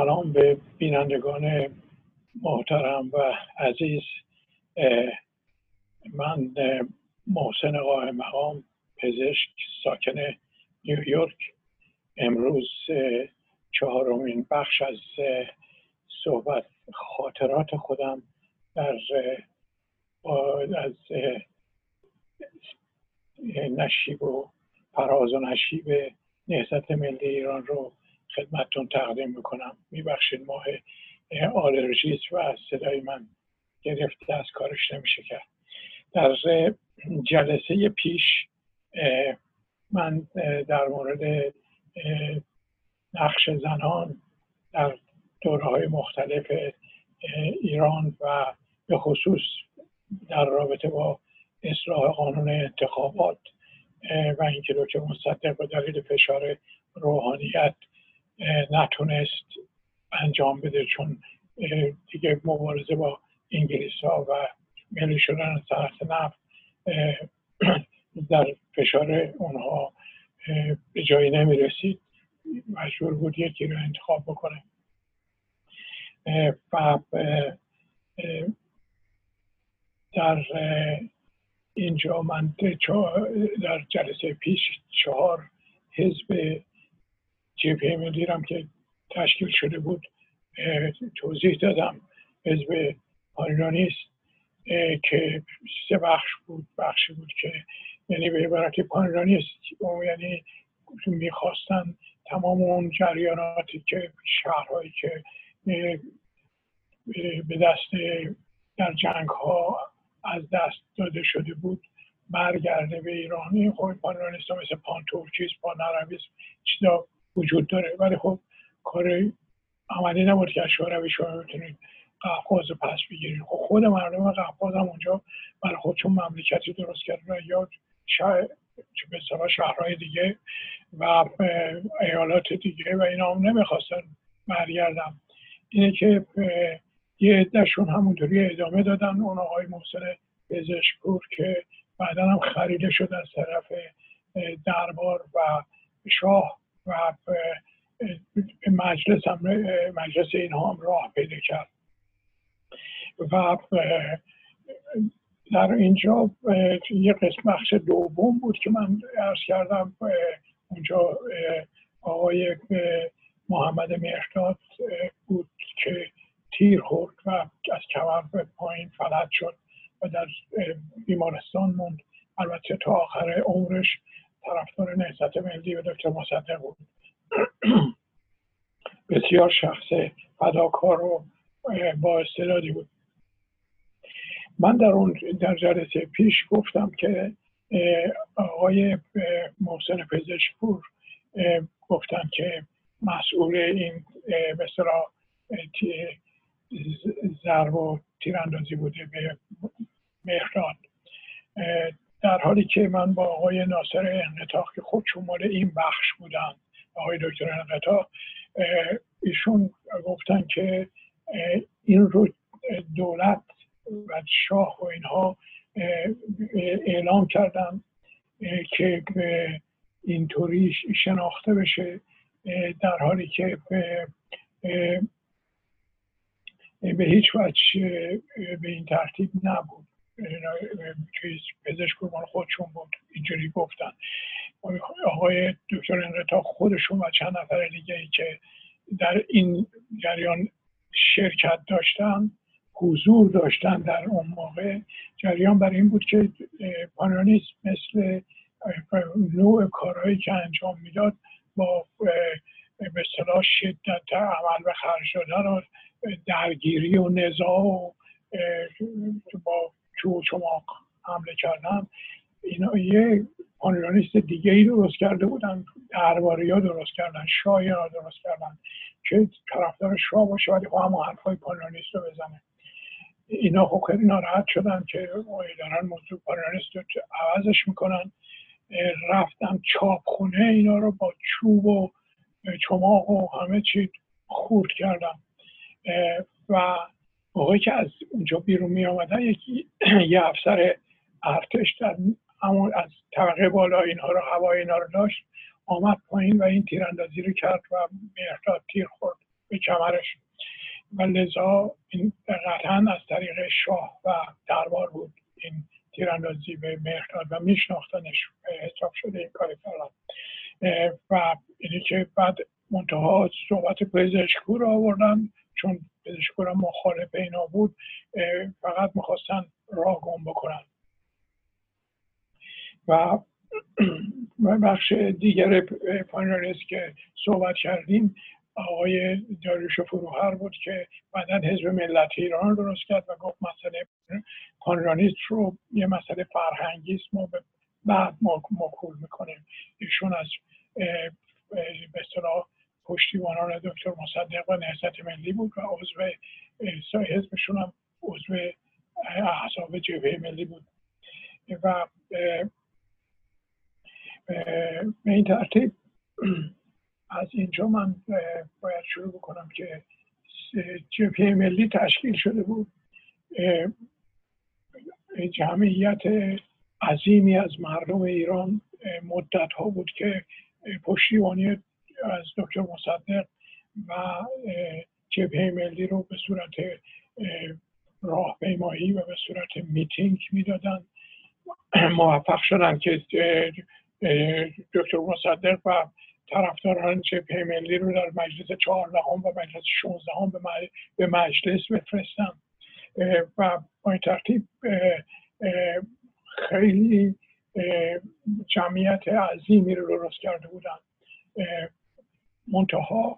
سلام به بینندگان محترم و عزیز. من محسن قائم مقام، پزشک ساکن نیویورک، امروز چهارمین بخش از صحبت خاطرات خودم از نشیب و فراز و نشیب نهضت ملی ایران رو خدمتتون تقدیم میکنم. میبخشید ماه آلرژیست و صدای من گرفته از کارش نمیشه کرد. در جلسه پیش من در مورد نقش زنان در دوره‌های مختلف ایران و به خصوص در رابطه با اصلاح قانون انتخابات و اینکه دکتر مصدق به دلیل فشار روحانیت نتونست انجام بده، چون دیگه مبارزه با انگلیس‌ها و ملی شدن صنعت نفت در فشار اونها به جایی نمیرسید، مجبور بود یکی رو انتخاب بکنه. و در اینجا من در جلسه پیش 4 حزب جبهه ملی هم که تشکیل شده بود توضیح دادم. حزب پانیرانیست که 3 بخش بود. بخشی بود که یعنی به عبارت پانیرانیست یعنی میخواستن تمام اون جریاناتی که شهرهایی که به دست در جنگ ها از دست داده شده بود برگرده به ایرانی. خب پانیرانیست ها مثل پانتورکیسم، پانعربیسم چیزا وجود داره، ولی خب کار عملی نبود که از شوروی شما بتونید قفقاز رو پس بگیرید. خب خود مردم قفقاز هم اونجا برای خودشون مملکتی درست کردن یا به اصطلاح شهرهای دیگه و ایالات دیگه و اینا هم نمیخواستن برگردن. اینه که یه عده‌شون همونطوری ادامه دادن. اون آقای محسن پزشکپور که بعدا هم خریده شد از طرف دربار و شاه و مجلس اینها هم راه پیدا کرد. و در اینجا یه بخش دوم بود که من عرض کردم. اونجا آقای محمد مهرداد بود که تیر خورد و از کمر به پایین فلج شد و در بیمارستان موند. البته تا آخر عمرش طرفدار نهضت ملی و دکتر مصدق بود. بسیار شخص فداکار و با استعدادی بود. من در جلسه پیش گفتم که آقای محسن پزشکپور گفتن که مسئول این به اصطلاح ضرب و تیراندازی بوده به مهرداد، در حالی که من با آقای ناصر انقطاع که خودشون مال این بخش بودن، آقای دکتر انقطاع، ایشون گفتن که این رو دولت و شاه و اینها اعلام کردن که اینطوری شناخته بشه، در حالی که به هیچ وجه به این ترتیب نبود. پزشک مال خودشون بود، اینجوری گفتن. آقای دکتر انقطاع خودشون و چند نفر دیگه ای که در این جریان شرکت داشتن، حضور داشتن در اون موقع، جریان برای این بود که پانیرانیسم مثل نوع کارهایی که انجام میداد با به اصطلاح شدت عمل به خرج دادن و درگیری و نزاع و با چوب چماق حمله کردن، اینا یه پانیرانیست دیگه ای درست کرده بودن، درباری ها درست کردن، شاهی ها درست کردن که طرفدار شاه باشه ولی همه حرفای پانیرانیست رو بزنه. اینا خب خیلی ناراحت شدن که دارن موضوع پانیرانیست رو عوضش میکنن. رفتن چاپخونه اینا رو با چوب و چماق و همه چی خورد کردن و موقعی که از اونجا بیرون می آمدن یه افسر ارتش در همون از طبقه بالا اینها رو هوای اینا رو داشت، آمد پایین و این تیراندازی رو کرد و مهرداد تیر خورد به کمرش و لذا این قطعا از طریق شاه و دربار بود این تیراندازی به مهرداد و میشناختنش، حساب شده این کار کردن. و اینی که بعد منتها صحبت پزشکو رو آوردن، چون پزشکو رو مخالف اینا بود، فقط میخواستن راه گم بکنن. و بخش دیگر پانل که صحبت کردیم آقای داریوش فروهر بود که بعداً حزب ملت ایران رو درست کرد و گفت مسئله پانیراnism رو یه مسئله فرهنگی است، ما به بعد موکول میکنیم. ایشون از به اصطلاح پشتیبانان دکتر مصدق و نهضت ملی بود و عضو حزبشون هم عضو احزاب جبهه ملی بود. و به این ترتیب از اینجا من باید شروع بکنم که جبهه ملی تشکیل شده بود. جمعیت عظیمی از مردم ایران مدت ها بود که پشتیبانی از دکتر مصدق و جبهه ملی رو به صورت راهپیمایی و به صورت میتینگ میدادن. موفق شدن که دکتر مصدق و طرفداران جبهه ملی رو در مجلس 14 و مجلس 16 به مجلس بفرستن و با این ترتیب خیلی جمعیت عظیمی رو درست کرده بودن. منتها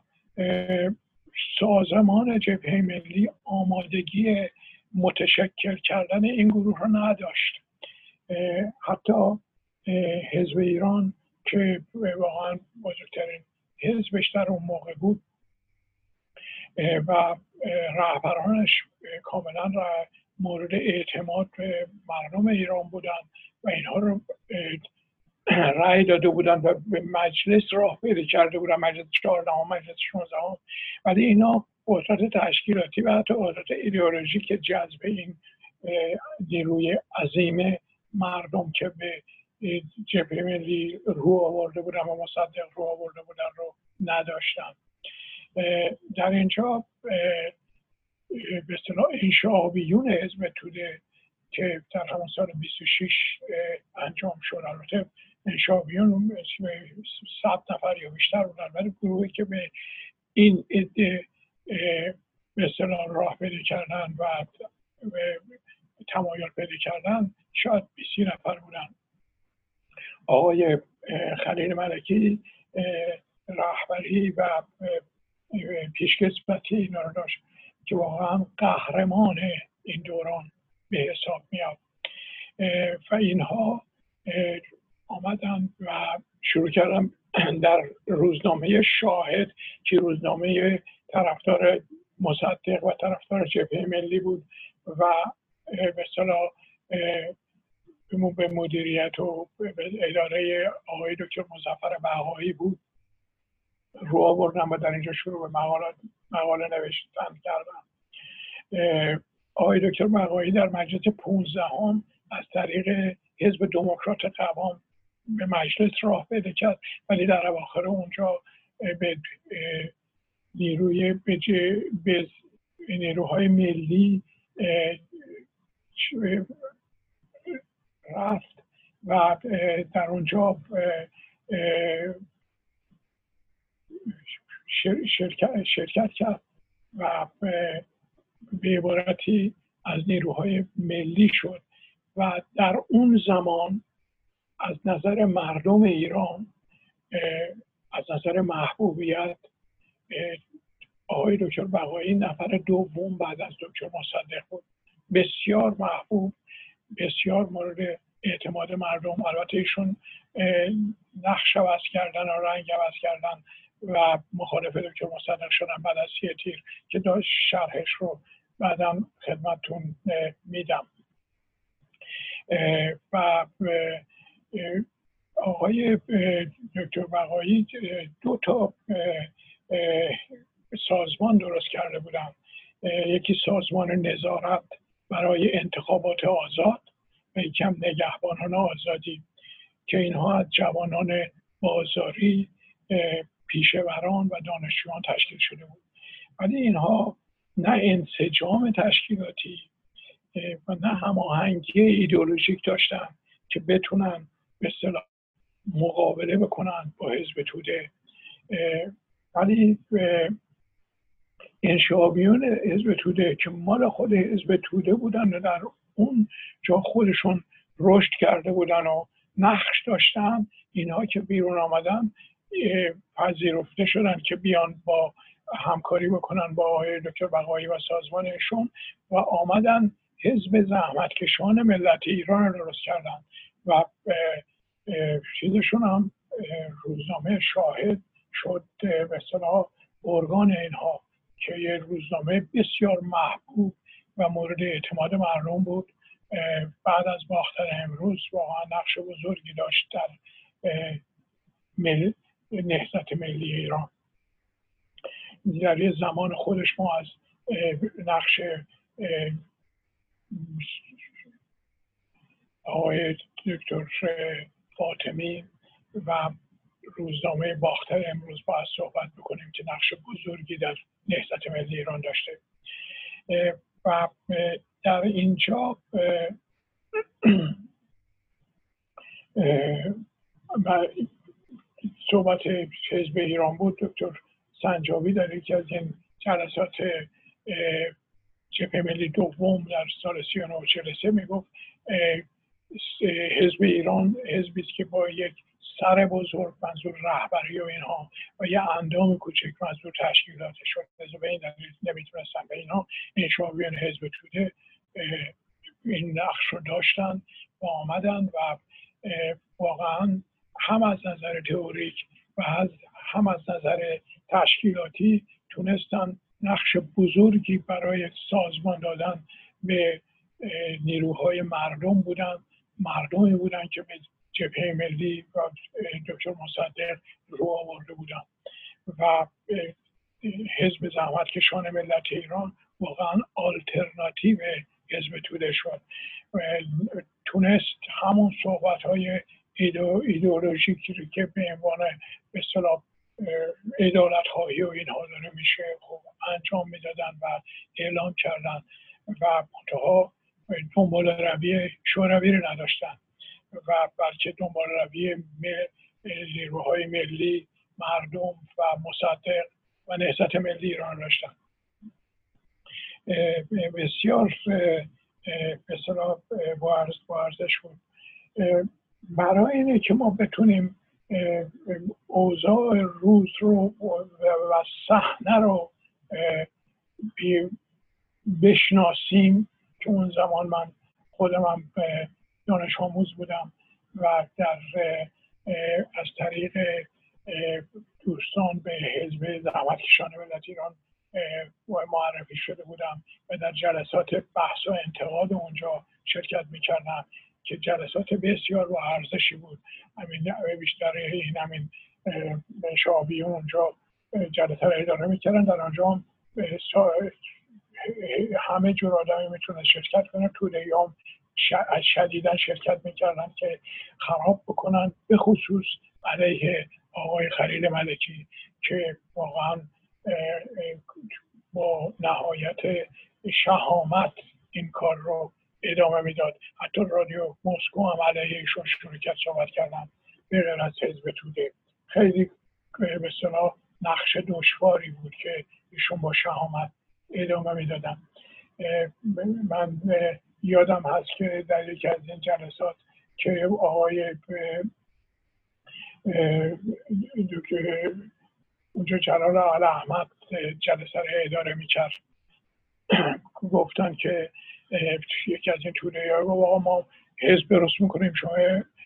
سازمان جبهه ملی آمادگی متشکل کردن این گروه رو نداشت. حتی حزب ایران که واقعا بزرگترین حزبش در اون موقع بود و رهبرانش کاملا مورد اعتماد مردم ایران بودن و اینها رو رأی داده بودن و به مجلس راه پیدا کرده بودن، مجلس 14 مجلس 16. ولی اینا قدرت تشکیلاتی و حتی قدرت ایدئولوژیک جذب این نیروی عظیم مردم که به جبهه ملی رو آورده بودن و مصدق رو آورده بودن رو نداشتن. در اینجا به اصطلاح انشعابیون حزب توده که در همون سال 26 انجام شد، البته انشعابیون 100 نفر یا بیشتر بودن، ولی گروهی که به این عده به اصطلاح راه پیدا کردن و تمایل پیدا کردن شاید 20 نفر بودن. آقای خلیل ملکی رهبری و پیشکسوتی اینا رو داشت که واقعا قهرمان این دوران به حساب میاد و اینها آمدن و شروع کردن در روزنامه شاهد که روزنامه طرفدار مصدق و طرفدار جبهه ملی بود و به اصطلاح به مدیریت و به اداره آقای دکتر مظفر بهایی بود، رو آوردن و در اینجا شروع به مقاله نوشتن کردن. آقای دکتر بهایی در مجلس 15 از طریق حزب دموکرات قوام به مجلس راه پیدا کرد، ولی در اواخر اونجا به نیروهای ملی رفت و در اونجا شرکت کرد و به عبارتی از نیروهای ملی شد و در اون زمان از نظر مردم ایران، از نظر محبوبیت، آقای دکتر بهایی نفر دوم بعد از دکتر مصدق بود. بسیار محبوب، بسیار مورد اعتماد مردم. البته ایشون نقش عوض کردن و رنگ عوض کردن و مخالف دکتر مصدق شدن بعد از 3 تیر که داشت شرحش رو بعدا خدمتتون میدم. و آقای دکتر بهایی 2 سازمان درست کرده بودن. یکی سازمان نظارت برای انتخابات آزاد و یکی هم نگهبانان آزادی که اینها از جوانان بازاری، پیشوران و دانشجویان تشکیل شده بود ولی اینها نه انسجام تشکیلاتی و نه هماهنگی ایدئولوژیک داشتن که بتونن به اصطلاح مقابله بکنن با حزب توده. ولی انشابیون حزب توده که مال خود حزب توده بودن و در اون جا خودشون رشد کرده بودن و نقش داشتن، اینها که بیرون آمدن پذیرفته شدن که بیان با همکاری بکنن با آقای دکتر بقایی و سازمانشون و آمدن حزب زحمتکشان ملت ایران رو درست کردن و چیزشون هم روزنامه شاهد شد به اصطلاح ارگان اینها که یه روزنامه بسیار محبوب و مورد اعتماد مردم بود. بعد از باختر امروز واقعا نقش بزرگی داشت در نهضت ملی ایران. در یه زمان خودش ما از نقش آقای دکتر فاطمی و روزنامه باختر امروز باید صحبت بکنیم که نقش بزرگی در نهضت ملی ایران داشته. و در اینجا صحبت حزب ایران بود. دکتر سنجابی در یکی از این جلسات جبهه ملی دوم در سال 39 و 43 میگفت حزب ایران حزبی است که با یک سر بزرگ منظور رهبری و اینها و یه اندام کوچک منظور تشکیلاتش شد. به این دلیل نمیتونستن به اینها انشابیون حزب توده این نقش رو داشتن و آمدن و واقعا هم از نظر تئوریک و هم از نظر تشکیلاتی تونستن نقش بزرگی برای سازمان دادن به نیروهای مردم بودن، مردمی بودن که به جبهه ملی و دکتر مصدق رو آورده بودن و حزب زحمتکشان ملت ایران واقعا آلترناتیو حزب توده شد. تونست همون صحبت‌های ایدئولوژیکی که به عنوان به اصطلاح عدالت‌خواهی و اینها داره میشه خب انجام میدادن و اعلام کردن و منتها دنبال روی شوروی رو نداشتن و بلکه دنبال روی نیروهای ملی، مردم و مصدق و نهضت ملی ایران داشتن. بسیار به اصطلاح با ارزش بود. برای اینه که ما بتونیم اوضاع روز رو و صحنه رو بشناسیم که اون زمان من خودم هم دانش آموز بودم و در از طریق دوستان به حزب زحمتکشان ملت ایران معرفی شده بودم و در جلسات بحث و انتقاد اونجا شرکت میکردم که جلسات بسیار با ارزشی بود. بیشتر همین شعبی اونجا جلسه رو اداره میکردن. در آنجا همه جور آدمی میتونه شرکت کنه. توده ایام شدیداً شرکت میکردن که خراب بکنن، به خصوص علیه آقای خلیل ملکی که واقعا با نهایت شهامت این کار رو ادامه میداد. حتی رادیو مسکو هم علیه ایشون شروع کرد صحبت کردن به غیر از حزب توده. خیلی به اصطلاح نقش دشواری بود که ایشون با شهامت ادامه میدادن. من یادم هست که در یکی از این جلسات که آقای اونجا جلال آل احمد جلسه رو اداره میکرد گفتن که یکی از این توده ها گفت آقا ما حزب درست میکنیم، شما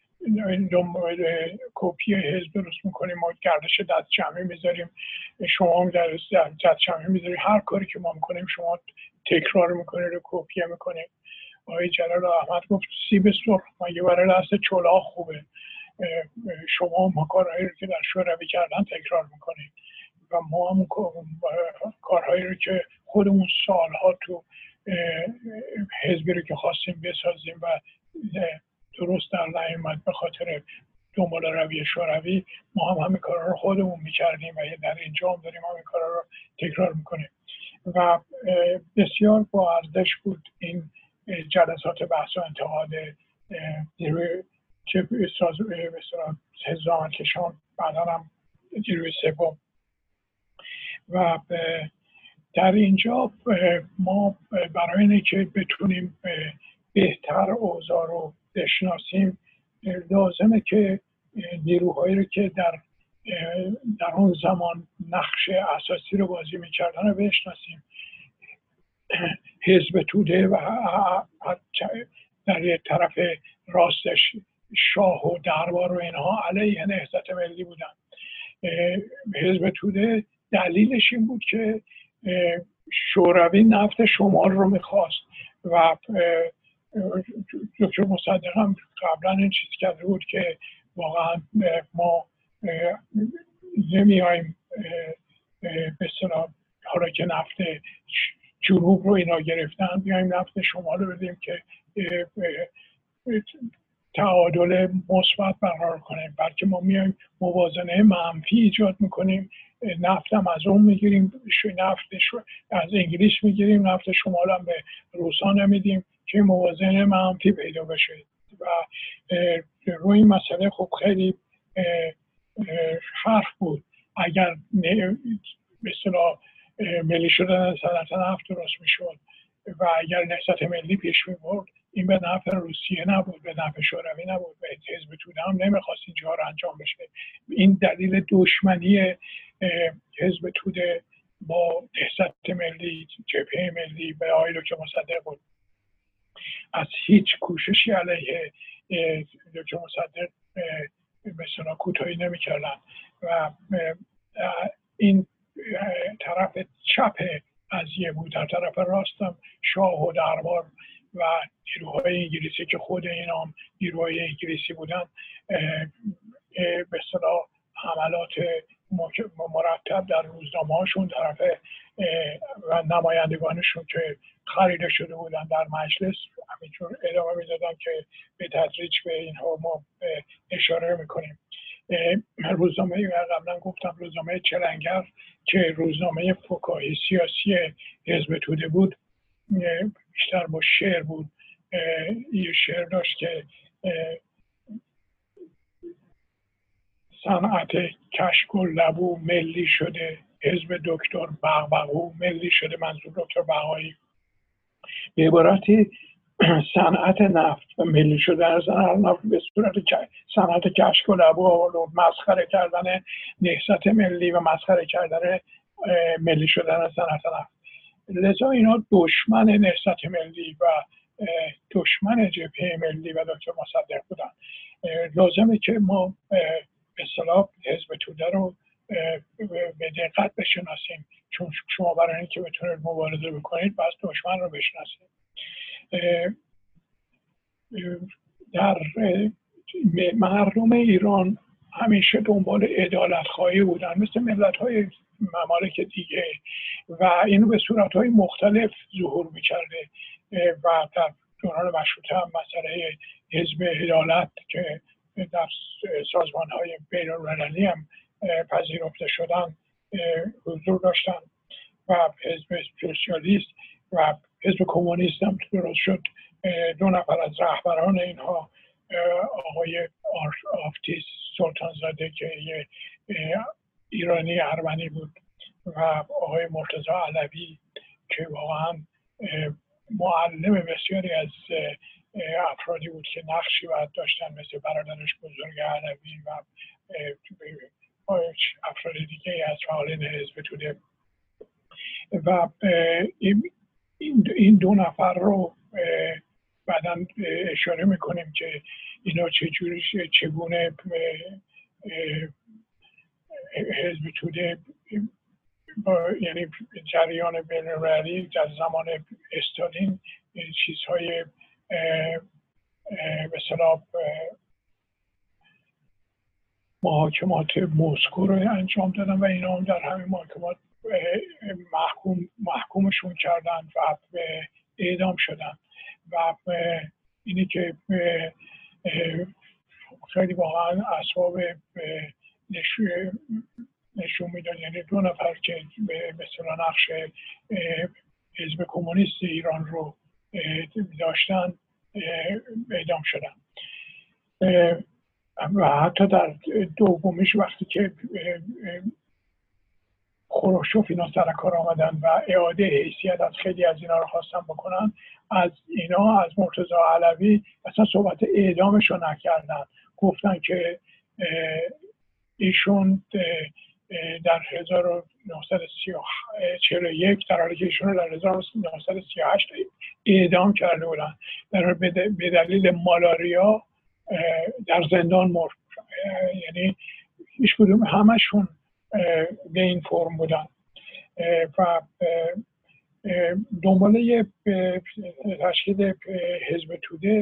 کپی حزب درست میکنیم، ما گردش دست جمعی میذاریم، شما هم در دست جمعی میذاریم، هر کاری که ما میکنیم شما تکرار میکنید و کپی میکنید. آقای جلال احمد گفت سیب سرخ مگه برای دست چلاق خوبه؟ شما ما کارهایی رو که در شوروی کردن تکرار میکنید و ما هم کارهایی رو که خودمون سالها تو حزبی رو که خواستیم بسازیم و درست در نیامد به خاطر دنبال روی شوروی، ما هم همین کارها رو خودمون میکردیم و در اینجا هم داریم همین کارها رو تکرار میکنیم. و بسیار با ارزش بود این جلسات بحث و انتقاد نیروی زامنکشان، بعدا هم نیروی سوم. و در اینجا ما برای اینه که بتونیم بهتر اوضاع رو بشناسیم لازمه که نیروهایی رو که در اون زمان نقش اساسی رو بازی میکردن رو بشناسیم. حزب توده و در یک طرف راستش شاه و دربار و اینها علیه نهضت ملی بودن. حزب توده دلیلش این بود که شوروی نفت شمال رو میخواست و دکتر مصدق هم قبلا این چیز کرده بود که واقعا ما نمیایم به اصطلاح حالا که نفت جنوب رو اینا گرفتن بیایم نفت شمال رو بدیم که تعادل مثبت برقرار کنیم، بلکه ما میایم موازنه منفی ایجاد میکنیم. نفت هم از اون میگیریم، نفت از انگلیس میگیریم، نفت شمال هم به روسا نمیدیم که موازنه منفی پیدا بشه. و روی این مسئله خب خیلی حرف بود. اگر به اصطلاح ملی شدن صنعت نفت درست میشد و اگر نهضت ملی پیش میبرد، این به نفع روسیه نبود، به نفع شوروی نبود، به حزب توده هم نمیخواست اینجا رو انجام بشه. این دلیل دشمنی حزب توده با نهضت ملی، جبهه ملی به آقای دکتر مصدق بود. از هیچ کوششی علیه دکتر مصدق مثلا کوتاهی نمیکردن و این طرف چپ قضیه بود. در طرف راستم شاه و دربار و نیروهای انگلیسی که خود اینا هم نیروهای انگلیسی بودن به اصطلاح حملات مرتب در روزنامه هاشون طرف و نمایندگانشون که خریده شده بودن در مجلس همینجور ادامه میدادن که به تدریج به اینها ما اشاره میکنیم. روزنامه قبلا گفتم روزنامه چلنگر که روزنامه فکاهی سیاسی حزب توده بود بیشتر با شعر بود. یه شعر داشت که صنعت کشکول لبو ملی شده، حزب دکتر بغبغو ملی شده، منظور دکتر بهایی. به عبارتی صنعت نفت و ملی شدن صنعت نفت به صورت صنعت کشک و لبو و مسخره کردن نهضت ملی و مسخره کردن ملی شدن صنعت نفت. لذا اینا دشمن نهضت ملی و دشمن جبهه ملی و دکتر مصدق بودن. لازمه که ما به اصطلاح حزب توده رو به دقت بشناسیم، چون شما برای اینکه بتونید مبارزه بکنید باید دشمن رو بشناسید. در مردم ایران همیشه دنبال عدالت خواهی بودن مثل ملت‌های ممالک دیگه و اینو به صورت‌های مختلف ظهور می‌کرده و در دوران مشروطه هم مسئله حزب عدالت که در سازمان‌های بین‌المللی هم پذیرفته شدن حضور داشتن و حزب سوسیالیست و حزب کمونیست هم درست شد. دو نفر از رهبران اینها آقای آفتیس سلطانزاده که یه ایرانی ارمنی بود و آقای مرتضی علوی که واقعا معلم بسیاری از افرادی بود که نقشی باید داشتن مثل برادرش بزرگ علوی و افراد دیگه از فعالین حزب توده. و این دو نفر رو بعداً اشاره میکنیم که اینا چگونه حزب توده یعنی جریان بین‌المللی در زمان استالین چیزهای به اصطلاح محاکمات مسکو رو انجام دادن و اینا هم در همین محاکمات محکومشون کردن و به اعدام شدن. و اینی که خیلی واقعا اسباب نشون میداد، یعنی 2 نفر که به اصطلاح نقش حزب کمونیست ایران رو داشتن اعدام شدن. و حتی در دومیش وقتی که خروشوف اینا سر کار آمدن و اعاده حیثیت از خیلی از اینا رو خواستن بکنن، از اینا، از مرتضی علوی اصلا صحبت اعدامش رو نکردن. گفتن که ایشون در 1941 در حالی که ایشون در 1938 اعدام کرده بودن، به دلیل مالاریا در زندان مرد. یعنی هیچ کدوم، همشون به این فرم بودن. و دنباله تشکیل حزب توده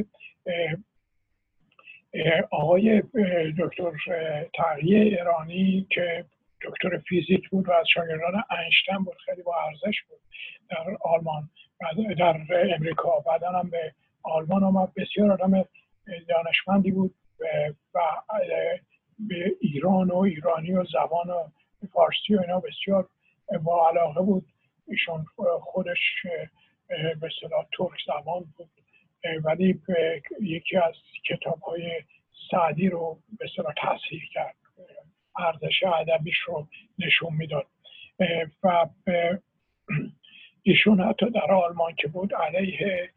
آقای دکتر تقی ایرانی که دکتر فیزیک بود و از شاگردان اینشتین بود، خیلی با ارزش بود در آلمان و در امریکا. بعدا هم به آلمان آمد. بسیار آدم دانشمندی بود و به ایران و ایرانی و زبان و فارسی و اینا بسیار با علاقه بود. ایشون خودش به اصطلاح ترک زبان بود، ولی یکی از کتاب‌های سعدی رو به اصطلاح تصحیح کرد، ارزش ادبیش رو نشون میداد. و ایشون حتی در آلمان که بود علیه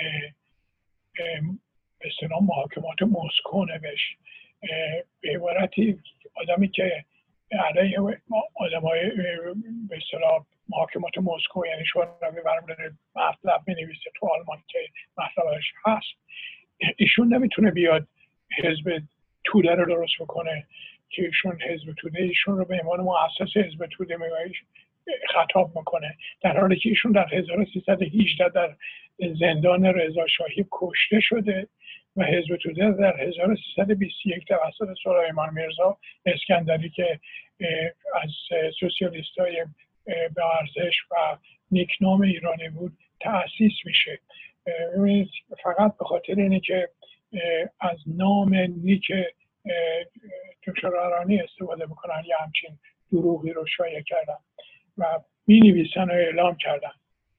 به اصطلاح محاکمات مسکو نوشت. به عبارتی آدمی که علیه آدمای به اصطلاح محاکمات مسکو، یعنی شوروی برمی‌داره مطلب می‌نویسه تو آلمان که مطلبش هست، ایشون نمیتونه بیاد حزب توده رو درست بکنه که ایشون حزب توده ایشون رو به عنوان مؤسس حزب توده خطاب میکنه، در حالی که ایشون در 1318 در زندان رضا شاهی کشته شده و حزب توده در 1321 توسط سلیمان میرزا اسکندری که از سوسیالیست‌های به ارزش و نیکنام ایرانی بود تأسیس میشه. فقط به خاطر اینه که از نام نیک دکتر ایرانی استفاده بکنن یه همچین دروغی رو شایع کردن و می نویسن و اعلام کردن.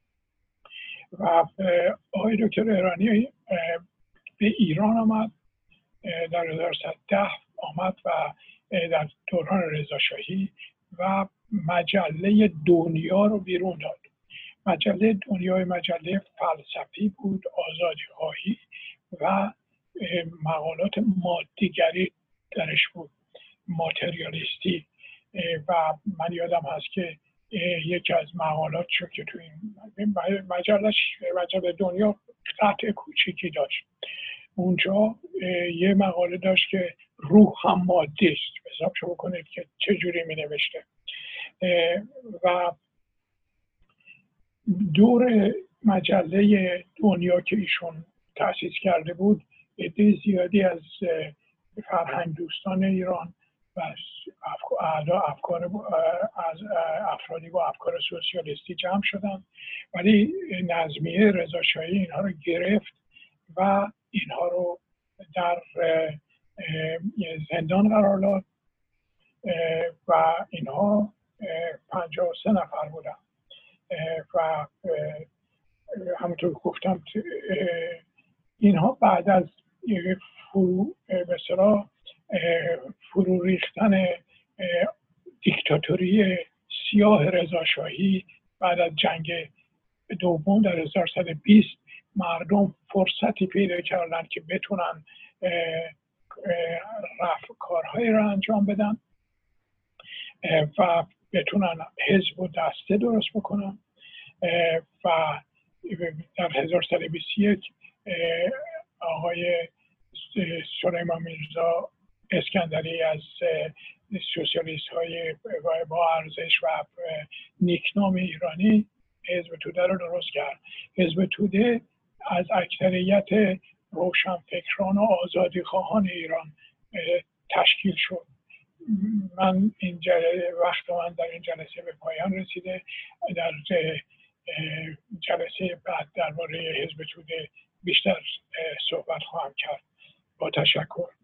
و آقای دکتر ایرانی به ایران آمد، در 1110 آمد و در دوران رضا شاهی و مجله دنیا رو بیرون داد. مجله دنیا مجله فلسفی بود، آزادی خواهی و مقالات مادیگری درش بود، ماتریالیستی. و من یادم هست که یکی از مقالات شو که تو این مجله دنیا قطع کوچیکی داشت، اونجا یه مقاله داشت که روح هم مادی است. حساب شو بکنید که چه جوری می نوشته. و دور مجله دنیا که ایشون تأسیس کرده بود، عده زیادی از فرهنگ دوستان ایران و افرادی با افکار سوسیالیستی جمع شدن، ولی نظمیه رضا شاهی اینها رو گرفت و اینها رو در زندان قرار داد و اینها 53 نفر بودن و همونطور که گفتم اینها بعد از به اصطلاح فرو ریختن دیکتاتوری سیاه رضا شاهی بعد از جنگ دوم در 1120 مردم فرصتی پیدا کردن که بتونن کارهایی را انجام بدن و بتونن حزب و دسته درست بکنن. و در 1121 آقای سلیمان میرزا اسکندری از سوسیالیست های با ارزش و نیکنام ایرانی حزب توده رو درست کرد. حزب توده از اکثریت روشنفکران و آزادی خواهان ایران تشکیل شد. من وقت من در این جلسه به پایان رسیده. در جلسه بعد درباره حزب توده بیشتر صحبت خواهم کرد. با تشکر.